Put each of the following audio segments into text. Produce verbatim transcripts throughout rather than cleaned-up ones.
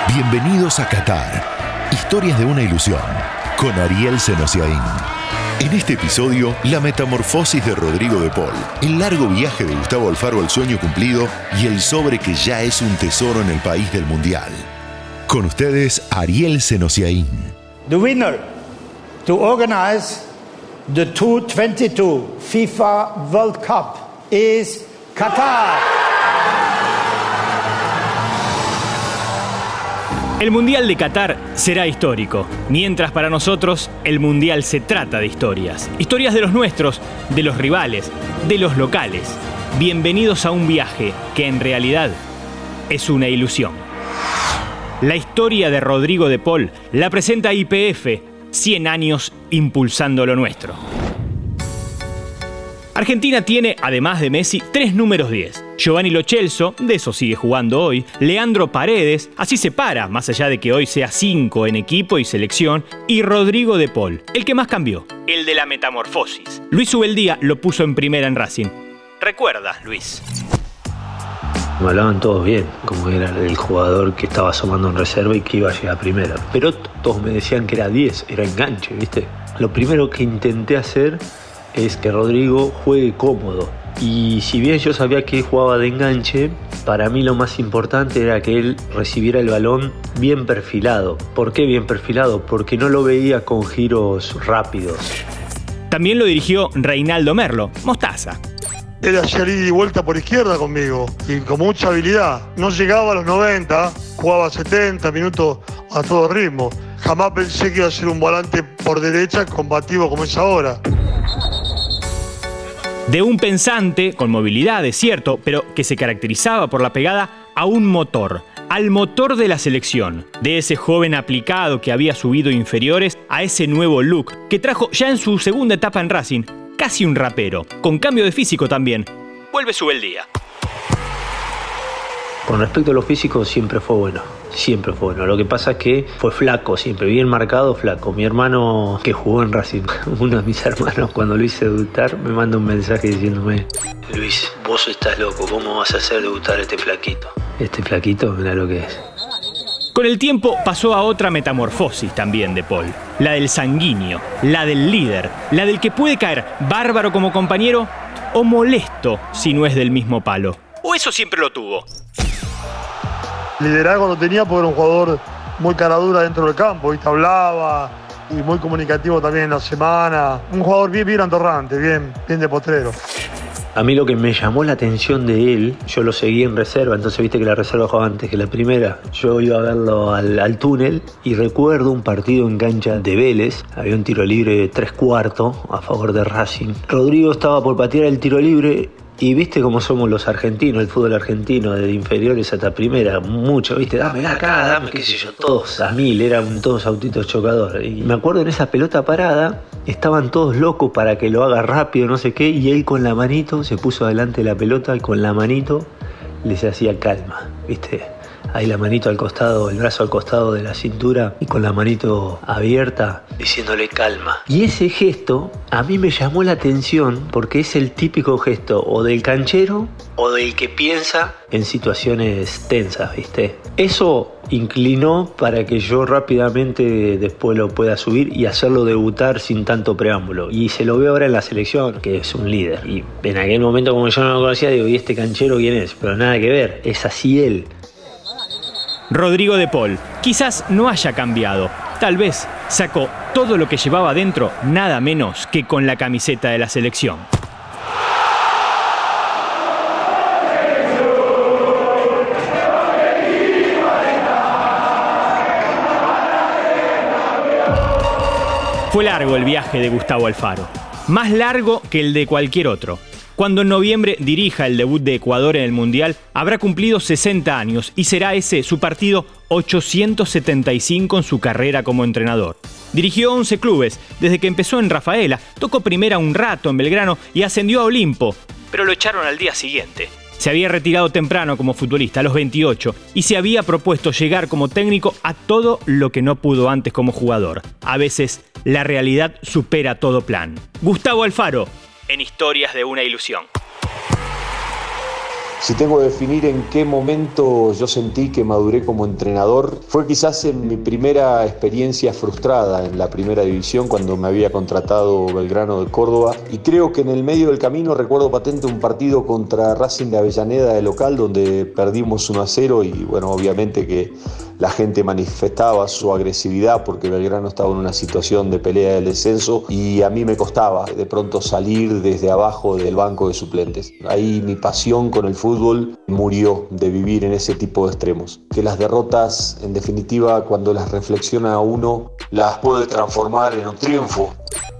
Bienvenidos a Qatar, historias de una ilusión, con Ariel Senosiaín. En este episodio, la metamorfosis de Rodrigo de Paul, el largo viaje de Gustavo Alfaro al sueño cumplido y el sobre que ya es un tesoro en el país del Mundial. Con ustedes, Ariel Senosiaín. The winner to organize the two thousand twenty-two FIFA World Cup is Qatar. El Mundial de Qatar será histórico, mientras para nosotros el Mundial se trata de historias. Historias de los nuestros, de los rivales, de los locales. Bienvenidos a un viaje que en realidad es una ilusión. La historia de Rodrigo de Paul la presenta Y P F, cien años impulsando lo nuestro. Argentina tiene, además de Messi, tres números diez. Giovanni Lo Celso, de eso sigue jugando hoy. Leandro Paredes, así se para, más allá de que hoy sea cinco en equipo y selección. Y Rodrigo de Paul, el que más cambió, el de la metamorfosis. Luis Ubeldía lo puso en primera en Racing. ¿Recuerdas, Luis? Me hablaban todos bien, como era el jugador que estaba asomando en reserva y que iba a llegar primero. Pero todos me decían que era diez, era enganche, ¿viste? Lo primero que intenté hacer es que Rodrigo juegue cómodo. Y si bien yo sabía que jugaba de enganche, para mí lo más importante era que él recibiera el balón bien perfilado. ¿Por qué bien perfilado? Porque no lo veía con giros rápidos. También lo dirigió Reinaldo Merlo, Mostaza. Él hacía ida y vuelta por izquierda conmigo y con mucha habilidad. No llegaba a los noventa, jugaba setenta minutos a todo ritmo. Jamás pensé que iba a ser un volante por derecha combativo como es ahora. De un pensante, con movilidad, es cierto, pero que se caracterizaba por la pegada a un motor, al motor de la selección, de ese joven aplicado que había subido inferiores a ese nuevo look, que trajo ya en su segunda etapa en Racing, casi un rapero, con cambio de físico también. Vuelve Ubeldía. Con respecto a lo físico, siempre fue bueno. Siempre fue bueno. Lo que pasa es que fue flaco, siempre bien marcado, flaco. Mi hermano que jugó en Racing, uno de mis hermanos, cuando lo hice debutar, me manda un mensaje diciéndome: Luis, vos estás loco, ¿cómo vas a hacer debutar a este flaquito? Este flaquito, mirá lo que es. Con el tiempo pasó a otra metamorfosis también de Paul. La del sanguíneo, la del líder, la del que puede caer bárbaro como compañero o molesto si no es del mismo palo. ¿O eso siempre lo tuvo? Liderazgo lo tenía porque era un jugador muy caradura dentro del campo, ¿viste? Hablaba y muy comunicativo también en la semana. Un jugador bien, bien andorrante, bien, bien de potrero. A mí lo que me llamó la atención de él, yo lo seguí en reserva, entonces viste que la reserva jugaba antes que la primera. Yo iba a verlo al, al túnel y recuerdo un partido en cancha de Vélez. Había un tiro libre de tres cuartos a favor de Racing. Rodrigo estaba por patear el tiro libre. Y viste cómo somos los argentinos, el fútbol argentino, de inferiores hasta primera, mucho, viste, dame acá, dame, qué sé yo, todos a mil, eran todos autitos chocadores. Y me acuerdo en esa pelota parada, estaban todos locos para que lo haga rápido, no sé qué, y él con la manito se puso delante de la pelota y con la manito les hacía calma, viste. Ahí la manito al costado, el brazo al costado de la cintura y con la manito abierta, diciéndole calma. Y ese gesto a mí me llamó la atención porque es el típico gesto o del canchero o del que piensa en situaciones tensas, ¿viste? Eso inclinó para que yo rápidamente después lo pueda subir y hacerlo debutar sin tanto preámbulo. Y se lo veo ahora en la selección, que es un líder. Y en aquel momento, como yo no lo conocía, digo, ¿y este canchero quién es? Pero nada que ver, es así él. Rodrigo de Paul quizás no haya cambiado. Tal vez sacó todo lo que llevaba dentro, nada menos que con la camiseta de la selección. Fue largo el viaje de Gustavo Alfaro, más largo que el de cualquier otro. Cuando en noviembre dirija el debut de Ecuador en el Mundial, habrá cumplido sesenta años y será ese su partido ochocientos setenta y cinco en su carrera como entrenador. Dirigió once clubes desde que empezó en Rafaela, tocó primera un rato en Belgrano y ascendió a Olimpo, pero lo echaron al día siguiente. Se había retirado temprano como futbolista, a los veintiocho, y se había propuesto llegar como técnico a todo lo que no pudo antes como jugador. A veces, la realidad supera todo plan. Gustavo Alfaro, en Historias de una ilusión. Si tengo que definir en qué momento yo sentí que maduré como entrenador, fue quizás en mi primera experiencia frustrada en la primera división, cuando me había contratado Belgrano de Córdoba, y creo que en el medio del camino recuerdo patente un partido contra Racing de Avellaneda de local, donde perdimos uno a cero y bueno, obviamente que la gente manifestaba su agresividad porque Belgrano estaba en una situación de pelea del descenso y a mí me costaba de pronto salir desde abajo del banco de suplentes. Ahí mi pasión con el fútbol murió, de vivir en ese tipo de extremos. Que las derrotas, en definitiva, cuando las reflexiona uno, las puede transformar en un triunfo.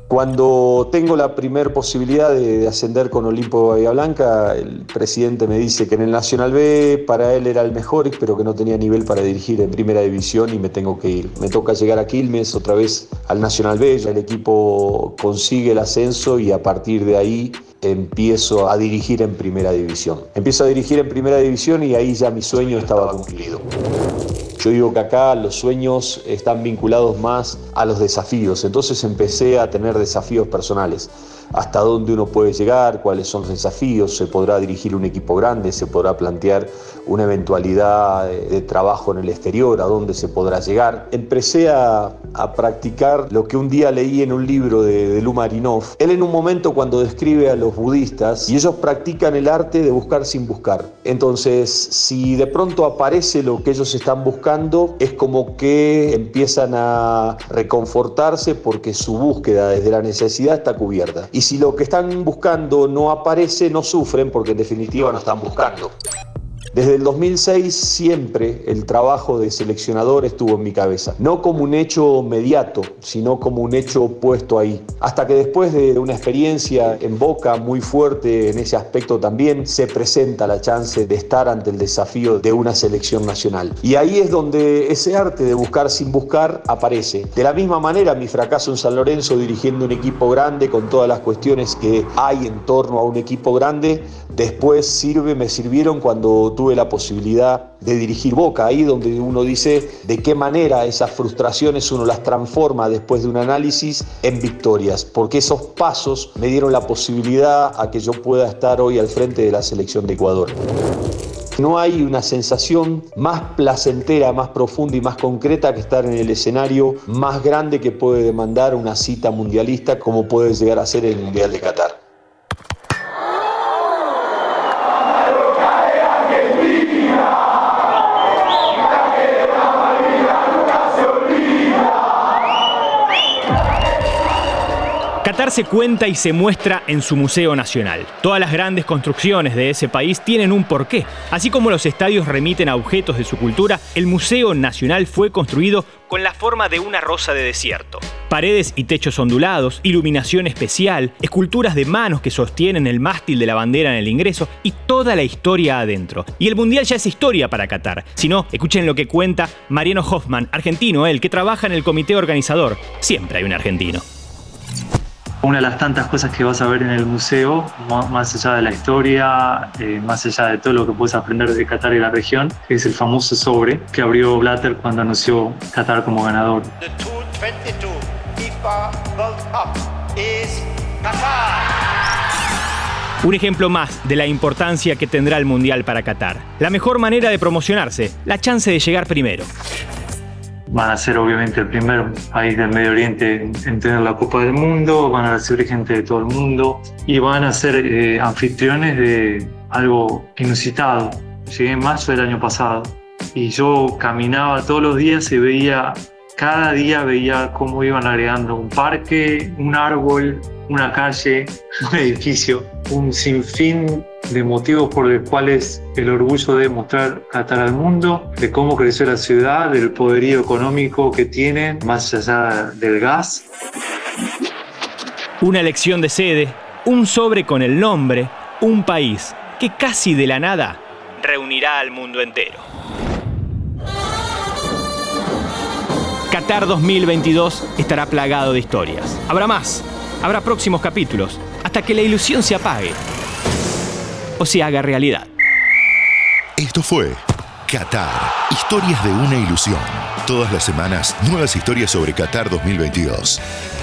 Cuando tengo la primera posibilidad de, de ascender con Olimpo de Bahía Blanca, el presidente me dice que en el Nacional B para él era el mejor, pero que no tenía nivel para dirigir en primera división y me tengo que ir. Me toca llegar a Quilmes, otra vez al Nacional B, el equipo consigue el ascenso y a partir de ahí empiezo a dirigir en primera división. Empiezo a dirigir en primera división y ahí ya mi sueño estaba cumplido. Yo digo que acá los sueños están vinculados más a los desafíos, entonces empecé a tener desafíos personales. Hasta dónde uno puede llegar, cuáles son los desafíos, se podrá dirigir un equipo grande, se podrá plantear una eventualidad de, de trabajo en el exterior, a dónde se podrá llegar. Empecé a, a practicar lo que un día leí en un libro de, de Lou Marinov. Él en un momento cuando describe a los budistas, y ellos practican el arte de buscar sin buscar. Entonces, si de pronto aparece lo que ellos están buscando, es como que empiezan a reconfortarse porque su búsqueda desde la necesidad está cubierta. Y si lo que están buscando no aparece, no sufren porque en definitiva no están buscando. Desde el dos mil seis siempre el trabajo de seleccionador estuvo en mi cabeza, no como un hecho mediato, sino como un hecho puesto ahí. Hasta que después de una experiencia en Boca muy fuerte en ese aspecto también, se presenta la chance de estar ante el desafío de una selección nacional. Y ahí es donde ese arte de buscar sin buscar aparece. De la misma manera, mi fracaso en San Lorenzo dirigiendo un equipo grande con todas las cuestiones que hay en torno a un equipo grande, después sirve, me sirvieron cuando tuve la posibilidad de dirigir Boca, ahí donde uno dice de qué manera esas frustraciones uno las transforma después de un análisis en victorias, porque esos pasos me dieron la posibilidad a que yo pueda estar hoy al frente de la selección de Ecuador. No hay una sensación más placentera, más profunda y más concreta que estar en el escenario más grande que puede demandar una cita mundialista como puede llegar a ser el Mundial de Qatar. Qatar se cuenta y se muestra en su Museo Nacional. Todas las grandes construcciones de ese país tienen un porqué. Así como los estadios remiten a objetos de su cultura, el Museo Nacional fue construido con la forma de una rosa de desierto. Paredes y techos ondulados, iluminación especial, esculturas de manos que sostienen el mástil de la bandera en el ingreso y toda la historia adentro. Y el Mundial ya es historia para Qatar. Si no, escuchen lo que cuenta Mariano Hoffman, argentino él, que trabaja en el comité organizador. Siempre hay un argentino. Una de las tantas cosas que vas a ver en el museo, más allá de la historia, eh, más allá de todo lo que puedes aprender de Qatar y la región, es el famoso sobre que abrió Blatter cuando anunció Qatar como ganador. The two twenty-two FIFA World Cup is Qatar. Un ejemplo más de la importancia que tendrá el Mundial para Qatar. La mejor manera de promocionarse, la chance de llegar primero. Van a ser obviamente el primer país del Medio Oriente en tener la Copa del Mundo, van a recibir gente de todo el mundo y van a ser eh, anfitriones de algo inusitado. Llegué en mayo del año pasado y yo caminaba todos los días y veía, cada día veía cómo iban agregando un parque, un árbol, una calle, un edificio, un sinfín de motivos por los cuales el orgullo de mostrar Qatar al mundo, de cómo creció la ciudad, del poderío económico que tienen, más allá del gas. Una elección de sede, un sobre con el nombre, un país que casi de la nada reunirá al mundo entero. Qatar dos mil veintidós estará plagado de historias. Habrá más, habrá próximos capítulos, hasta que la ilusión se apague o se haga realidad. Esto fue Qatar, historias de una ilusión. Todas las semanas, nuevas historias sobre Qatar dos mil veintidós.